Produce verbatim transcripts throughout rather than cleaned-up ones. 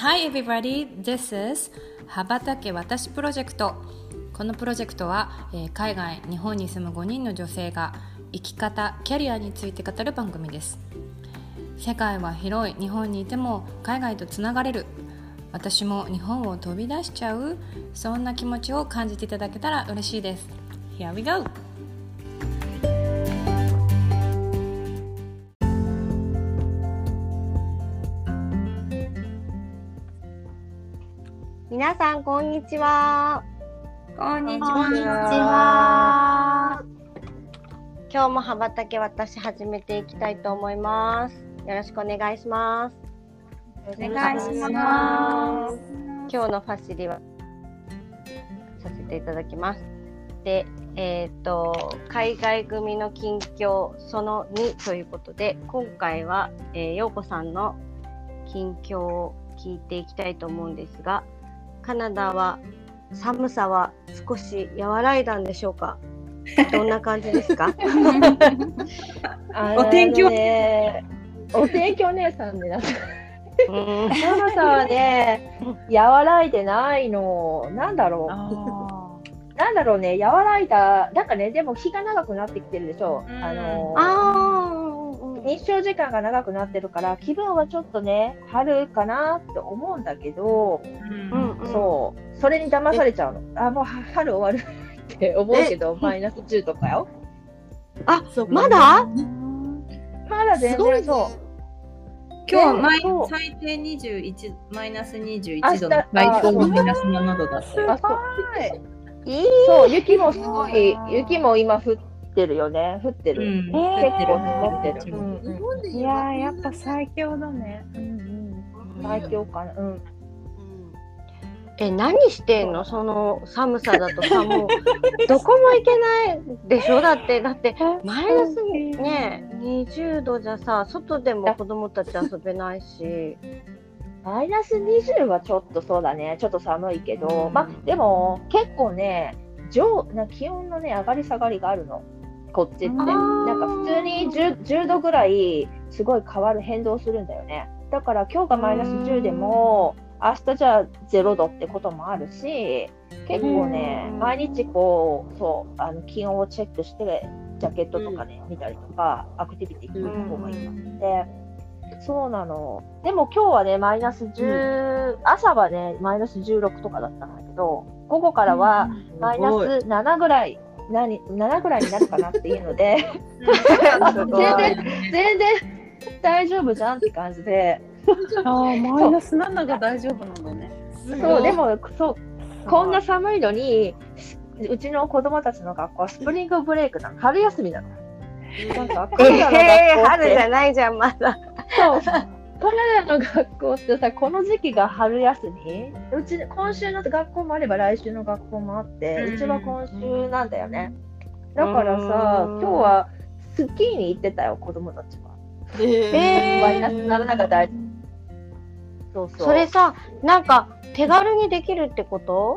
Hi everybody, this is 羽ばたけ私プロジェクト。このプロジェクトは、えー、海外、日本に住むごにんの女性が生き方、キャリアについて語る番組です。世界は広い、日本にいても海外とつながれる、私も日本を飛び出しちゃう、そんな気持ちを感じていただけたら嬉しいです。 Here we go! 皆さんこんにちは。 こんにちこんにちは。今日も羽ばたけ私始めていきたいと思います。よろしくお願いします。 お願いします。 今日のファシリはさせていただきます。で、えっと海外組の近況そのにということで、今回は、えー、陽子さんの近況を聞いていきたいと思うんですが、カナダは寒さは少し和らいだんでしょうか。どんな感じですか？ お天気ね、お天気お姉さんでな寒さはね和らいでないの。なんだろうなんだろうね和らいだ。なんかね、でも日が長くなってきてるでしょ。うん、あのあ日照時間が長くなってるから気分はちょっとね春かなって思うんだけど、うんうん、そうそれに騙されちゃうの。あ、もう春終わるって思うけどマイナスじゅうとかよ。 あ、まだまだ全然そう。 今日はマイ最低にじゅういちマイナスにじゅういちどの最高マイナスななどだった。 あ、そうそう、雪もすごい、雪も今降ってってるよね。降ってる。うん、 えー、 結構降ってる。 うん、いやー、やっぱ最強だね。うんうん、最強かな。うん。 え、何してんの？その寒さだとさ、もうどこも行けないでしょ。だってだってマイナスねにじゅうどじゃさ、外でも子供たち遊べないし。 マイナスにじゅうはちょっとそうだね。ちょっと寒いけど、うん、まあでも結構ね、上な気温のね上がり下がりがあるの。こっちってなんか普通に 10, じゅうどぐらいすごい変わる変動するんだよね。だから今日がマイナスじゅうでも明日じゃあゼロどってこともあるし、結構ね毎日こうそうあの気温をチェックしてジャケットとかね見たりとかアクティビティ行った方がいいなって。そうなの。でも今日はねマイナスじゅう、うん、朝はねマイナスじゅうろくとかだったんだけど、午後からはマイナスななぐらい何ななぐらいになるかなっていうので全然全然大丈夫じゃんって感じであマイナスななが大丈夫なんだね。 そうでもそうこんな寒いのにうちの子供たちの学校はスプリングブレイクなの。春休みなの。 なんかカナダの学校って、えー、春じゃないじゃんまだ。 そうカナダの学校ってさ、この時期が春休み。うち今週の学校もあれば来週の学校もあって、うちは今週なんだよね。だからさ、今日はスキーに行ってたよ子供たちは。えー、マイナスななが大事。そうそう。 それさ、なんか手軽にできるってこと？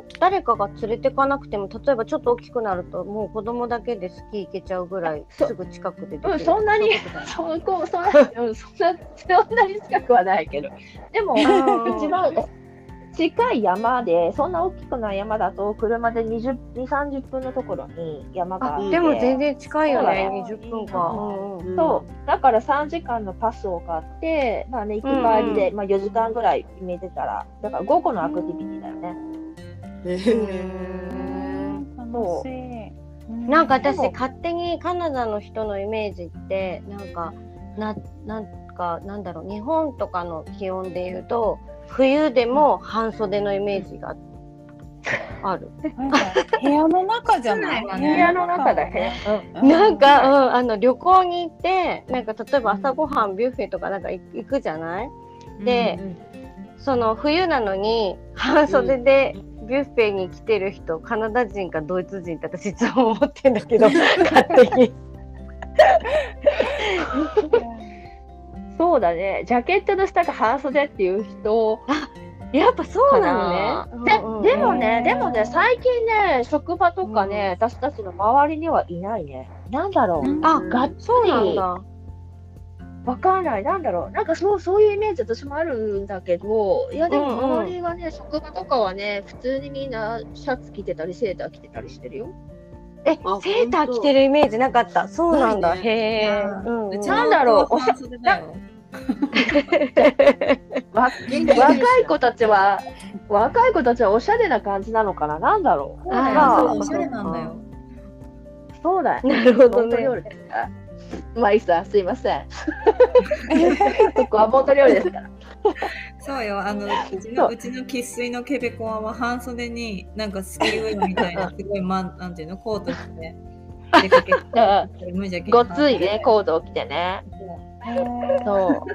誰かが連れてかなくても、例えばちょっと大きくなるともう子供だけでスキー行けちゃうぐらいすぐ近くでできる。 うん、そんなにそこそんなそんなそんなに近くはないけど、でも一番近い山で、そんな大きくない山だと車でにじゅう、にじゅう、さんじゅっぷんのところに山があって。 でも全然近いよね。にじゅっぷんか。 うんうん、そうだからさんじかんのパスを買って、まあね、行き帰りで、うんまあ、よじかんぐらい決めてたら、だから午後のアクティビティだよね。 へー、楽しい。 なんか私勝手にカナダの人のイメージってなんかななんかなんだろう、日本とかの気温でいうと冬でも半袖のイメージがある。 なんか部屋の中じゃない？ 部屋の中だね。 なんか、うん、あの旅行に行ってなんか例えば朝ごはんビュッフェとかなんか行くじゃない？で、うんうん、その冬なのに半袖でビュッフェに来てる人、カナダ人かドイツ人って私いつも思ってんだけど勝手に。 そうだね。ジャケットの下が半袖っていう人。 やっぱそうなのね。で、うんうん、でもね、でもね、最近ね、職場とかね、うん、私たちの周りにはいないね。なんだろう。 あ、がっつり。 わかんない。なんだろう。なんかそう、そういうイメージ私もあるんだけど、いやでもうんうん周りはね、職場とかはね、普通にみんなシャツ着てたり、セーター着てたりしてるよ。 え、 あセーター着てるイメージなかった。そうなんだ。 ないねへえ。 ううんうんうちのなんだろう子は半袖だよ。 わ元気です若い子たちは、若い子たちはおしゃれな感じなのかな。なんだろう。 そうだよ、 あーそうおしゃれなんだよ。 そうだよ。 なるほどモントリオーね。 ルですか。マイさん、すいません。そこはモントリオールですから。 そうよ、あのうちそうのうちの生粋のケベコアは半袖になんかスキーウェアみたいなすごいまんなんていうのコート着て出かけて無邪気にごっついね、コートを着てね。そう。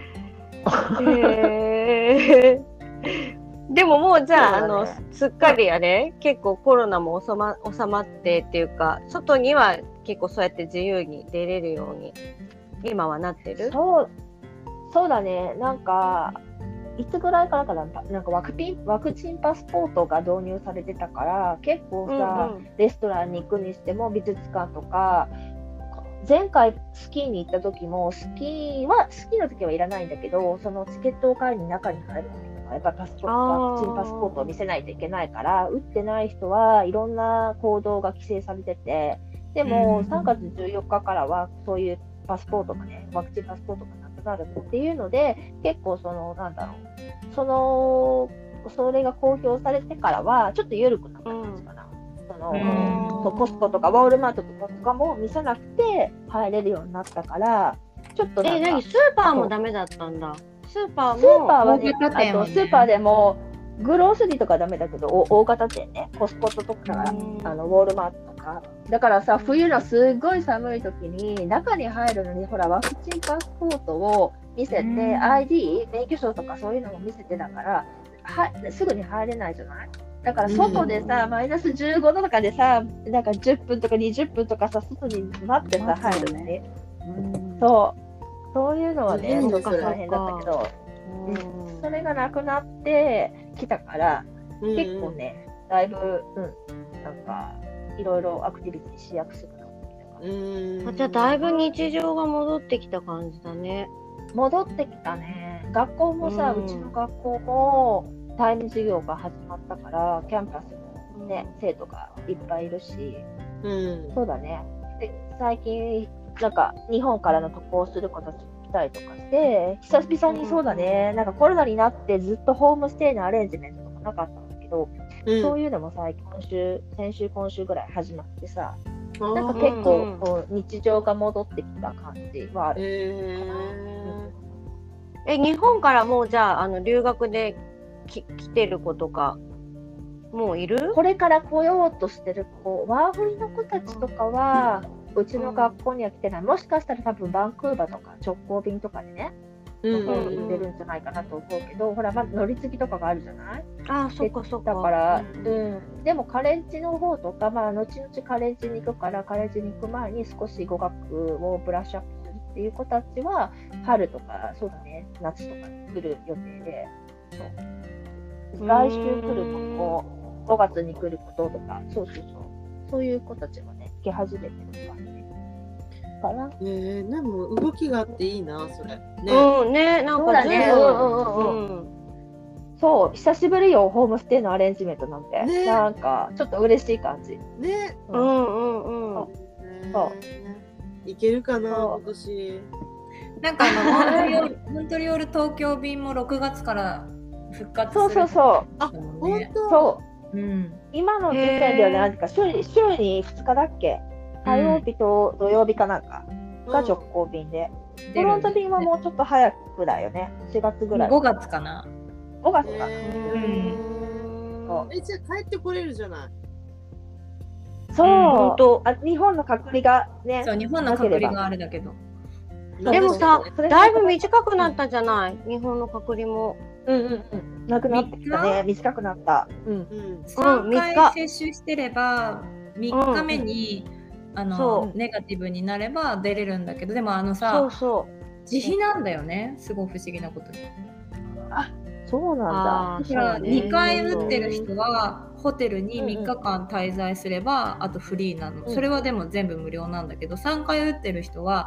へえ。でももうじゃあ、あのそうだねすっかりあれ結構コロナも収ま収まってっていうか外には結構そうやって自由に出れるように今はなってる。 そう、そうだね。なんか、いつぐらいからかな、なんかワクピン、ワクチンパスポートが導入されてたから、結構さ、 うんうんレストランに行くにしても、美術館とか、前回スキーに行った時も、スキーは、スキーの時はいらないんだけど、そのチケットを買いに中に入る時とか、やっぱパスポート、 あーワクチンパスポートを見せないといけないから、打ってない人はいろんな行動が規制されてて、でもうんさんがつじゅうよっかからはそういうパスポートがね、ワクチンパスポートがなくなるっていうので、結構その、なんだろう、その、それが公表されてからは、ちょっと緩くなった感じかな。その、 うんそうコスコとかウォールマートとかも見せなくて入れるようになったから、ちょっとなんえ、 か何スーパーもダメだったんだ。スーパーもスーパーはね、 大型店はねあとスーパーでも、グロースリーとかダメだけど、お大型店ね、コスコとか、 うんあのウォールマートとか。だからさ、冬のすっごい寒い時に、中に入るのに、ほら、ワクチンパスポートを見せて、 うんアイディー、免許証とかそういうのも見せてだから、はすぐに入れないじゃないだから外でさ、マイナスじゅうごどとかでさ、なんかじゅっぷんとかにじゅっぷんとかさ、外に待ってさ、 待つよね入るのね。 うんそう。そういうのはね、 うんちょっと大変だったけど、 うんそれがなくなってきたから、 うん結構ね、だいぶ、うん、なんか、いろいろアクティビティしやすくなってきたかうら。 んあ、じゃあだいぶ日常が戻ってきた感じだね。 戻ってきたね。学校もさ、 ううんちの学校もタイム授業が始まったから、キャンパスもね、生徒がいっぱいいるし、 うんそうだね。で、最近、なんか、日本からの渡航する子たちも来たりとかして、久々にそうだね、なんかコロナになってずっとホームステイのアレンジメントとかなかったんだけど、 うんそういうのも最近、今週、先週、今週ぐらい始まってさ、 あーなんか結うんうん構こう日常が戻ってきた感じはある。 へえ、日本からもうじゃあ、あの留学でき来てる子とかもういる？ これから来ようとしてる子、ワーホリの子たちとかは、うちの学校には来てない。もしかしたら多分バンクーバーとか直行便とかでね、 ーうん向こうにうん行ってるんじゃないかなと思うけど、ほら、まず乗り継ぎとかがあるじゃないああ、そっかそっか。 だから、 うんうん、でもカレッジの方とか、まあ、後々カレッジに行くから、カレッジに行く前に少し語学をブラッシュアップするっていう子たちは、春とか、そうだね、夏とかに来る予定で、そう来週来る子も、ごがつに来る子とか、そうそうそう、そういう子たちがね、来始めてる感じかな。 えー、でも動きがあっていいなそれね。 うんね、なんかずいそうだねぶんうんうんうんうんそう、久しぶりよ、ホームステイのアレンジメントなんて。 ねなんか、ちょっと嬉しい感じ。 ね。 うんうんうん。 そういけるかなそう今年。 なんかあのモントリオールモントリオール東京便もろくがつから復活するそうそうそう。 あ本ね。 当。 そう。 うん。 今の時点ではね、なんか週に週にふつかだっけ火曜日と土曜日かなんかが直行便で。トロント便はもうちょっと早くだよね。しがつぐらい。 ごがつかな。 ごがつかな。 えうんそえじゃあ帰ってこれるじゃない。 そう、 本当あ。日本の隔離がね。 そう、日本の隔離があれだけど。 でもさそれ、 だいぶ短くなったじゃない、日本の隔離も。 うんうんうん。なくなってきたね。短くなった。うん。 うん。 さんかみっかい接種してればみっかめに、あそうのネガティブになれば出れるんだけど、でもあのそさうそう。 自費なんだよね。すごい不思議なことに。 そうなんあーだ。 だからそうねにかい打ってる人はホテルにみっかかん滞在すればあとフリーなの、 うんそれはでも全部無料なんだけど、さんかい打ってる人は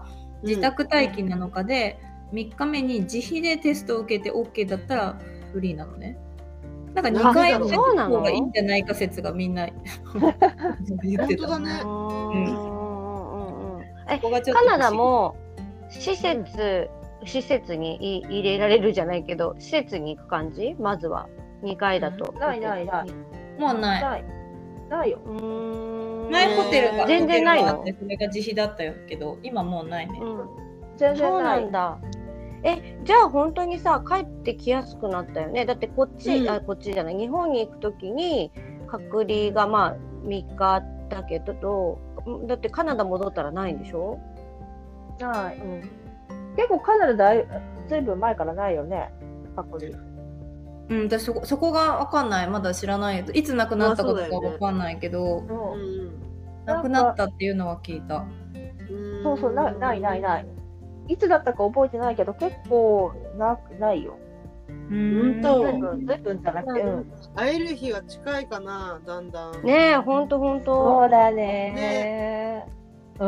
自宅待機なのかで、みっかめに自費でテストを受けて OK だったらフリーなのね。なんかにかい受けたそうなの方がいいんじゃないか説がみんな言ってた。 本当だね。 え、 ここがちょっとカナダも施設、施設にい入れられるじゃないけど、施設に行く感じ？まずはにかいだと。 ないないない。 もうない。 ないないよ。 うーん。 前ホテルが全然ないの？ ホテルがあってそれが自費だったよけど、今もうないね。 うん、 全然そうな。 ないんだ。え、じゃあ本当にさ、帰ってきやすくなったよね。だってこっち、 うんあ、こっちじゃない、日本に行くときに隔離がまあみっかだけど、だってカナダ戻ったらないんでしょ？ ない。 うん。 結構カナダだいずいぶん前からないよね。隔離。 うん、私そこ、そこが分かんない。まだ知らない。いつ亡くなったかとかまあそうだよね分かんないけど、 うんうん亡くなったっていうのは聞いた。 うん。 そうそう、なないないない。いつだったか覚えてないけど、結構なないよ。 うん本当ずいぶん、ずいぶんじゃなくて、うん。 会える日は近いかな、だんだん。 ねえ、ほんとほんと。 そうだね。うん。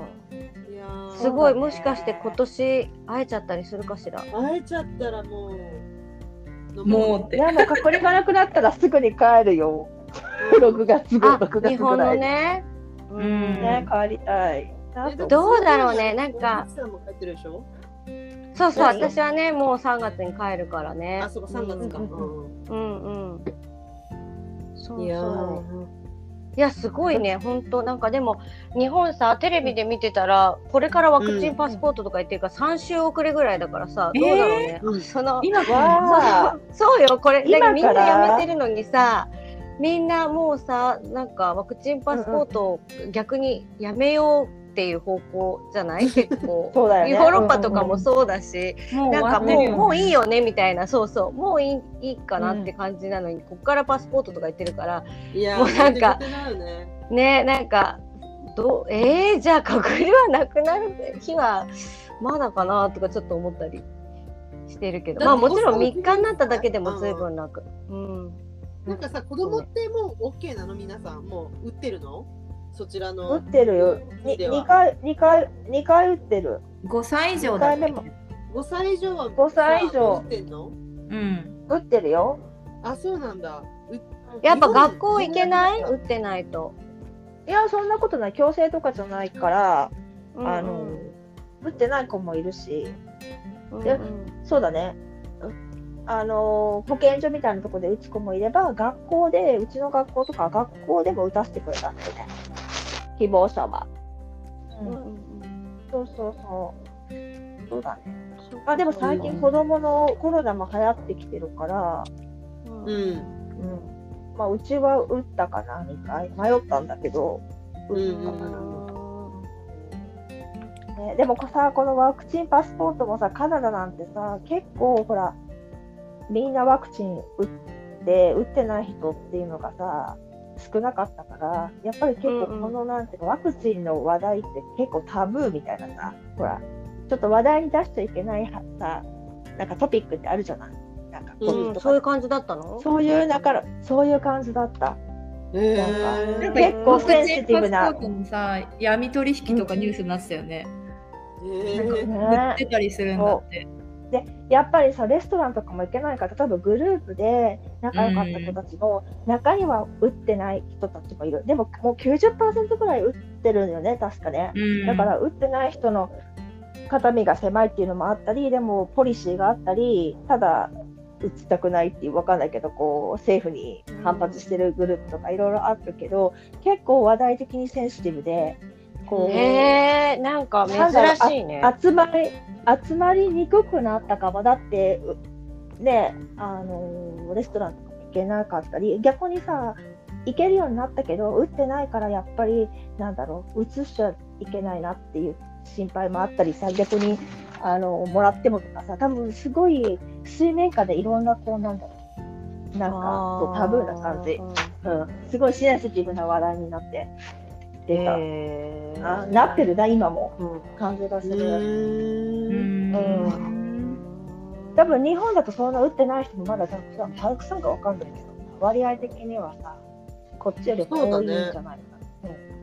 いやーすごい、もしかして今年会えちゃったりするかしら。 会えちゃったらもう。 もうって。 いや、もう隔離がなくなったらすぐに帰るよ。ろくがつぐらい、 あ、 ろくが日本つぐらい。 のね。 ううんん。 ね、帰りたい。 えでもどうだろうねなんかミキさんも帰ってるでしょ？ そうそう、 何私はね、もうさんがつに帰るからねあ、。そうか、さんがつか。 ううんんうんうん。そういやそーう。いや、すごいね、本当なんかでも、日本さ、テレビで見てたら、これからワクチンパスポートとか言ってるから、さん週遅れぐらいだからさ、どうだろうね。 うんその、 今からわそうそうよ、これ、 今からなんかみんなやめてるのにさ、みんなもうさ、なんかワクチンパスポートを逆にやめようっていう方向じゃない結構。 そうだよね。 ヨーロッパとかもそうだし、 もうなんかもう、 終わってるよねもういいよねみたいな、そうそう、もういいいいかなって感じなのに、こっからパスポートとか言ってるから、 いやー、 もうなんか出てないよね。 ね、なんか、どう、えー、じゃあ隔離はなくなる日はまだかなとかちょっと思ったりしてるけど、まあもちろんみっかになっただけでも随分楽。うん。 なんかさ、子供ってもう OK なの？皆さん、もう打ってるの？そちらの。 打ってるよ。にではにかい、にかい、にかい打ってる。 ごさい以上だっにかいめもけ。 ごさい以上はごさい以上打ってんの？ うん。 打ってるよ。 あ、そうなんだ。うやっぱ学校行けない打ってないと。 いや、そんなことない。強制とかじゃないから、 うんあの、打ってない子もいるし、 うんでそうだね。あの保健所みたいなところで打つ子もいれば、学校で、うちの学校とか学校でも打たせてくれたんだよね。希望者は。うんうんうんそうそうそう。そうだね。あ、でも最近子供のコロナも流行ってきてるから、 うんうん。 うん。まあ、うちは打ったかな、にかい。迷ったんだけど、打ったかな。ね、でもさ、このワクチンパスポートもさ、カナダなんてさ、結構ほら、みんなワクチン打って、打ってない人っていうのがさ、少なかったから、やっぱり結構このなんていうの、ワクチンの話題って結構タブーみたいなさ、ほら、ちょっと話題に出しちゃいけないはさ、なんかトピックってあるじゃないなんか、 うんうん、そういう感じだったの？ そういう、だから、そういう感じだった。 えなんか結構センシティブなワクチンパスポートのさ、闇取引とかニュースになってたよね。 えなんかー、 売ってたりするんだって。 でやっぱりさ、レストランとかも行けないから、例えばグループで仲良かった子たちも、中には打ってない人たちもいる。でももう きゅうじゅっパーセント ぐらい打ってるんよね、確かね。 うんだから打ってない人の肩身が狭いっていうのもあったり、でもポリシーがあったり、ただ打ちたくないっていう、わかんないけど、こう政府に反発してるグループとかいろいろあるけど、結構話題的にセンシティブで、こう、 へえ、なんか珍しいね。 集まり集まりにくくなったかも。だってうね、あのレストランとかも行けなかったり、逆にさ、行けるようになったけど打ってないからやっぱりなんだろう、移しちゃいけないなっていう心配もあったりさ、逆にあのもらってもとかさ、多分すごい水面下でいろんなこうなんだろう、なんかこうタブーな感じ、うん、すごいセンシティブな話題になって出た、 へーあなってるな今も、うん、感じがすうる。 ーんうん多分日本だとそんな打ってない人もまだたくさん、たくさんかわかんないけど、割合的にはさ、こっちよりも多いんじゃないかな。うん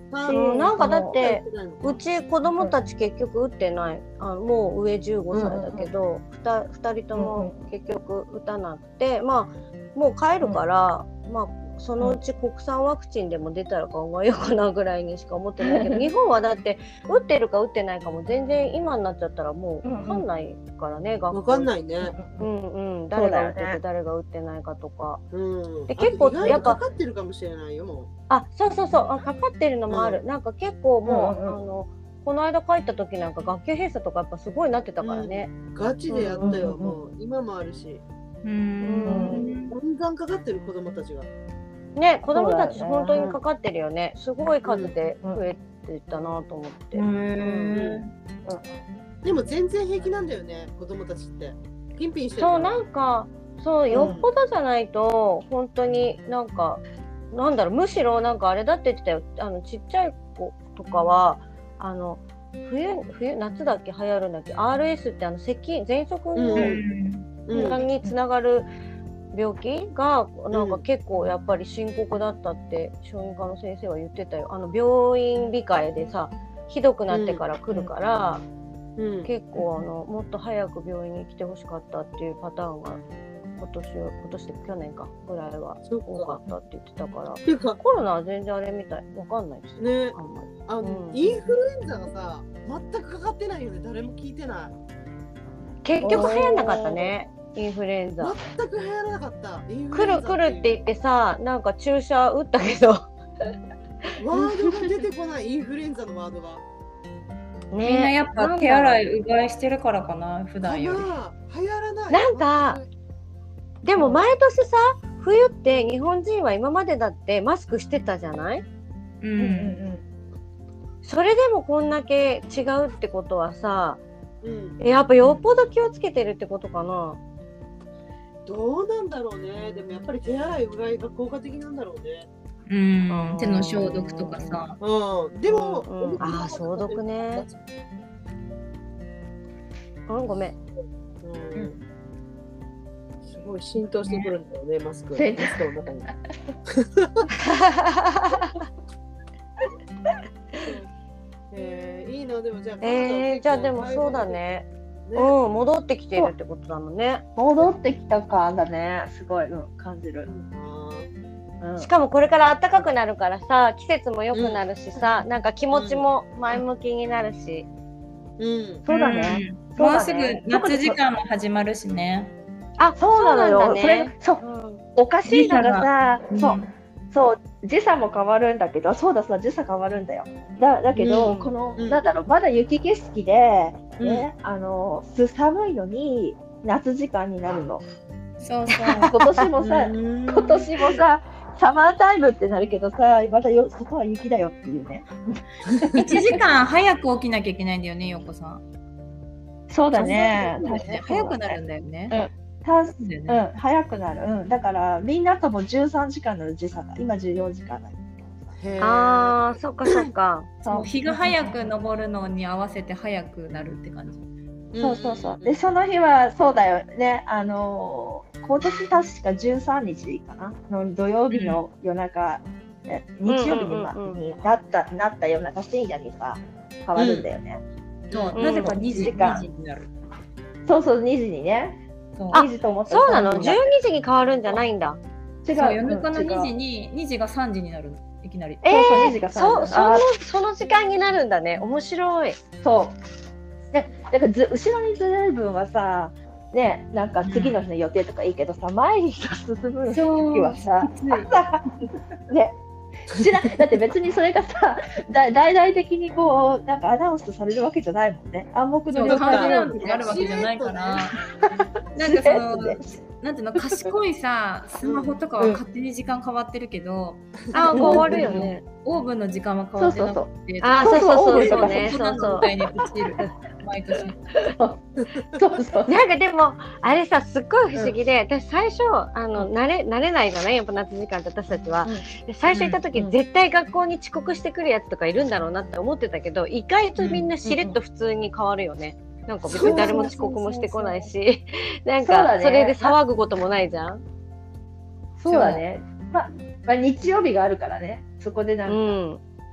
あうん、なんかだってそうなのうち子供たち結局打ってない。あもう上じゅうごさいだけど、ふたふたりとも結局打たなくて、まあもう帰るから、まあそのうち国産ワクチンでも出たら考えようかなぐらいにしか思ってないけど、日本はだって打ってるか打ってないかも全然今になっちゃったらもう分かんないからね、学校わかんないね。 うんうん、誰が打ってそうだよねて誰が打ってないかとか。 うん。 で結構あと意外とやっぱかかってるかもしれないよもあ、そうそうそう、あかかってるのもある。なんか結構もう、 うんうんうんあのこの間帰った時なんか学級閉鎖とかやっぱすごいなってたからね。 う。ガチでやったよ、 うんもう今もあるし。 ううんん。 ガンガンかかってる子供たちが。 ね、子供たちそうだよね本当にかかってるよね。すごい数で増えてたなと思って。 うんでも全然平気なんだよね、子供たちって。ピンピンしてるそうから。 なんかそうよっぽどじゃないと、本当になんかなんだろう、むしろなんかあれだって言ってたよ。あのちっちゃい子とかはあの冬冬夏だっけ流行るんだっけ アールエス ってあの咳喘息の、 うんにつながる病気がなんか結構やっぱり深刻だったって小児科の先生は言ってたよ。あの病院控えでさひどくなってから来るから、 うん、 結構あのもっと早く病院に来てほしかったっていうパターンが今年は今年で去年かぐらいはそっか多かったって言ってたから。 っていうかコロナは全然あれみたいわかんないですね。 ね、 あんまりあの、 うんインフルエンザがさ全くかかってないよね。誰も聞いてない。 結局流行んなかったねインフルエンザ。 全く流行らなかった。インフ来ルエンザる来るって言ってさなんか注射打ったけどワードが出てこないインフルエンザのワードが。 ね、 みんなやっぱ手洗いうがいしてるからかな普段より。 かな流行らない。 なんかでも毎年さ冬って日本人は今までだってマスクしてたじゃない？ ううんんそれでもこんだけ違うってことはさ、 うん、 やっぱよっぽど気をつけてるってことかな。 どうなんだろうね。でもやっぱり手洗いうがいが効果的なんだろうね。 うん、手の消毒とかさ。 うん、でも、 うんうんあー消毒ね。うんごめん。 うんすごい浸透してくるんだよね、マスク。マせスクの中に。えー、いいのでもじゃあ。 えー、じゃあでもそうだ。ね。 ねうん戻ってきてるってことだもんね。 戻ってきた感だね。すごい、うん、感じる。 あうんしかもこれから暖かくなるからさ季節も良くなるしさ、なんか気持ちも前向きになるし。 ーうん。 そうだね。 うんもうすぐ夏時間も始まるしね。 あそうなのよ。 そうなんだねそれそううんおかしいのがさ、 うんそうそう時差も変わるんだけど、そうだそうだ時差変わるんだよ。だだけど、 うんこの、 うんなんだろうまだ雪景色で、 うんねあのす寒いのに夏時間になるの。 そうそう。 今年もさ、 今今年もさサマータイムってなるけどさ、またよ外は雪だよっていうね。 いちじかん早く起きなきゃいけないんだよね、よこさん。 そうだね。 そうだよね早くなるんだよね。 たそうだよねうん、早くなる。うん、だからみんなともじゅうさんじかんの時差が、今じゅうよじかんだ。 へーあーそっかそっか。 そう日が早く昇るのに合わせて早くなるって感じ。 そうそうそう。で、その日はそうだよね。あのー今年確かじゅうさんにちかなの土曜日の夜中、え日曜日に,、まうんうんうんうんになったなった夜中深夜にさ変わるんだよね。 そう、 うんなぜかにじ、 時間にじになる。 そうそうにじにね。 そうあにじと思ったらそうなのさんじゅうにじに変わるんじゃないんだ。 違う。 そう夜中のうん違うにじににじがさんじになるのいきなり。 えそうそうーにじがさんじあそそのその時間になるんだね。面白い。 そう。で、だからず後ろにずれる分はさ、ね、なんか次の日の予定とかいいけどさ、前にさ進む時はさ、ね、知らだって別にそれがさ、だ大々的にこうなんかアナウンスされるわけじゃないもんね。暗黙そうの了解カウントダウンでとかあるわけじゃないから。なんかしそれっとのねなんていうの賢いさスマホとかは勝手に時間変わってるけど、 あ変わるよね。 オーブンの時間は変わってなくて、 あそうそうそうそうそそううね。 そそううそそうみたいに落ちる毎年。 そうそうう。なんかでもあれさすっごい不思議で、私最初あの慣れ慣れないじゃないやっぱ夏時間って私たちは。で最初行った時、 うん絶対学校に遅刻してくるやつとかいるんだろうなって思ってたけど、意外とみんなしれっと普通に変わるよね。なんか別に誰も遅刻もしてこないし、なんそうだねかそれで騒ぐこともないじゃん。 そうだね。まあ、まあ日曜日があるからね。そこでなんうか、 ん。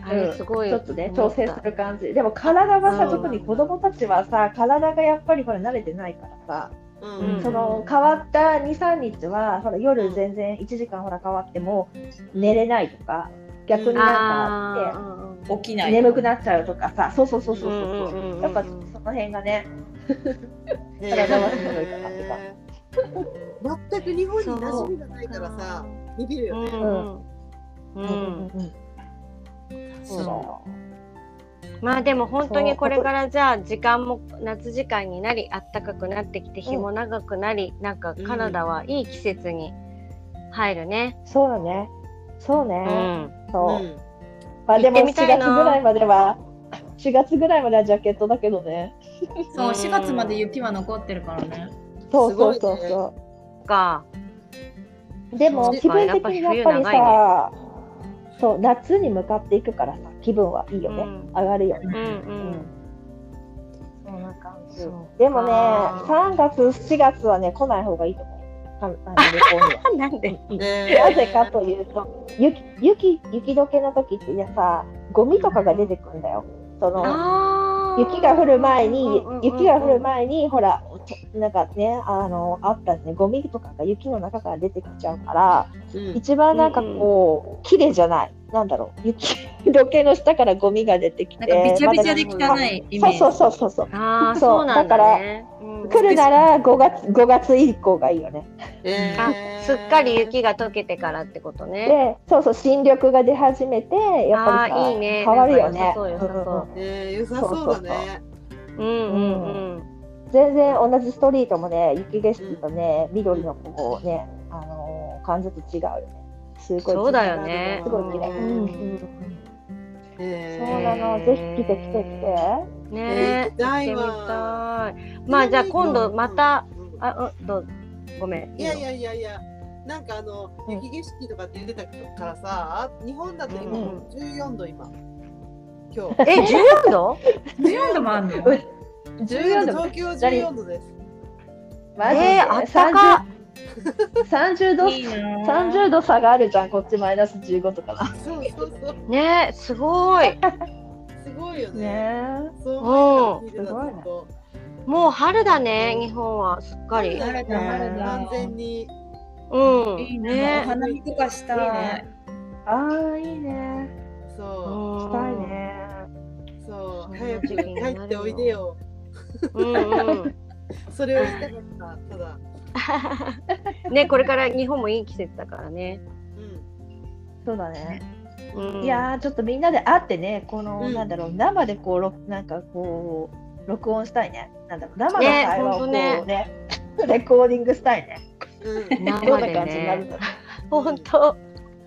あれすごい、 ちょっとね調整する感じ。でも体はさ、 うん特に子供たちはさ、体がやっぱりほら慣れてないからさ、 うんその変わったに、さんにちはほら夜全然いちじかんほら変わっても寝れないとか、逆になんかあって、 あ起きない。 眠くなっちゃうとかさ、そうそうそうそうそう、 うんうんうんうんやっぱその辺がね、 へ体はしんどいかなって感ー全く日本に馴染みがないからさ、ビビるよね。 うんうんうんそうだよ。 まあでも本当にこれからじゃあ時間も夏時間になり暖かくなってきて日も長くなり、なんかカナダはいい季節に入るね。 そうだね。そうね。 うん。 そう。 うんまあでも行ってみたいしがつなぐらいまでは、しがつぐらいまではジャケットだけどね。 そう、しがつまで雪は残ってるからね。 そうそうそうすそか。 う。でもそうか気分的にやっぱりやっぱさ、そう夏に向かっていくからさ、気分はいいよね。 うん上がるよね。 うんうん。 そんな感じそう。 でもね、 かさんがつ、しがつはね、来ない方がいいと思う。かあの旅行には。 なんで？ えなぜかというと、雪、雪、雪解けの時ってさ、ゴミとかが出てくるんだよ。その、 あ雪が降る前にうんうんうんうん、 雪が降る前に、ほら、なんかね、あの、あったね、ゴミとかが雪の中から出てきちゃうから、 うん一番なんかこう、綺麗じゃない。なんだろう、雪解けの下からゴミが出てきて。 なんかびちゃびちゃでまた汚いイメージ。 そうそうそうそう。 あー、 そうそうなんだね。うん来るならごがつ、ごがつ以降がいいよね。 えあ、 ーすっかり雪が溶けてからってことね。 で、そうそう、新緑が出始めて、やっぱりあさ、 ーいいね変わるよね。 なんか良さそう良さそうえー、良さそうだね。 うんうんうん。 全然同じストリートもね、雪景色とね、緑のこうね、あのー感じと違うよね。すごい綺麗。 そうだよね。 すごい綺麗。 うんうんうんえそうなの、ぜひ来て来て来て。 ねえー行きたい行ってわみたい。まあじゃあ今度また、あ、うん、どうごめん。 いやいやいやいや、なんかあの、 うん雪景色とかって言ってたからさ、日本だと今うんじゅうよんど今。今日。 え、じゅうよんど？ じゅうよんどもあんの？ じゅうよんど東京じゅうよんどです。 マジでえー、あったか。 さんじゅうど、 いいなさんじゅうど差があるじゃん、こっちマイナスじゅうごとかな。 そうそうそう。 ね、すごい。 すごいよね。 ねそう前から聞いてたすごいねずっともう春だね、日本はすっかり。 春だ春だ完全に。 うん。 いいね。おね。 花見とかしたい。 ああ、いいね。 そしたいね。 う。そう。 そんな早く時期になるの帰っておいでよ。 うんうん。 それをしたかった。ただ。 ね、これから日本もいい季節だからね。 うん。 そうだね。 うん、 いやー、ちょっとみんなで会ってね、この、 うんなんだろう、生でこう、ろなんかこう、録音したいね。なんだろう、生の会話をこうねね、レコーディングしたいね。 うん。 生でどんな感じになるね。 の？ 本当。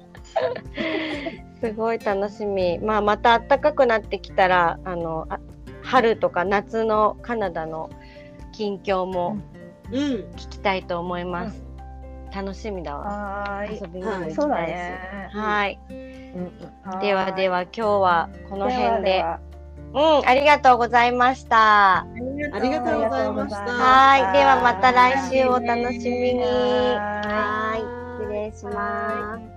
すごい楽しみ。まあまた暖かくなってきたら、あのあ春とか夏のカナダの近況もうん。 聞きたいと思います。楽しみだわ。 はーい。 遊びにも行きたいし。 そうだね。 はい。 うんではでは今日はこの辺で、 ではうん、ありがとうございました。 ありがとうございました。 はい、ではまた来週お楽しみに。 はーいはい、失礼します。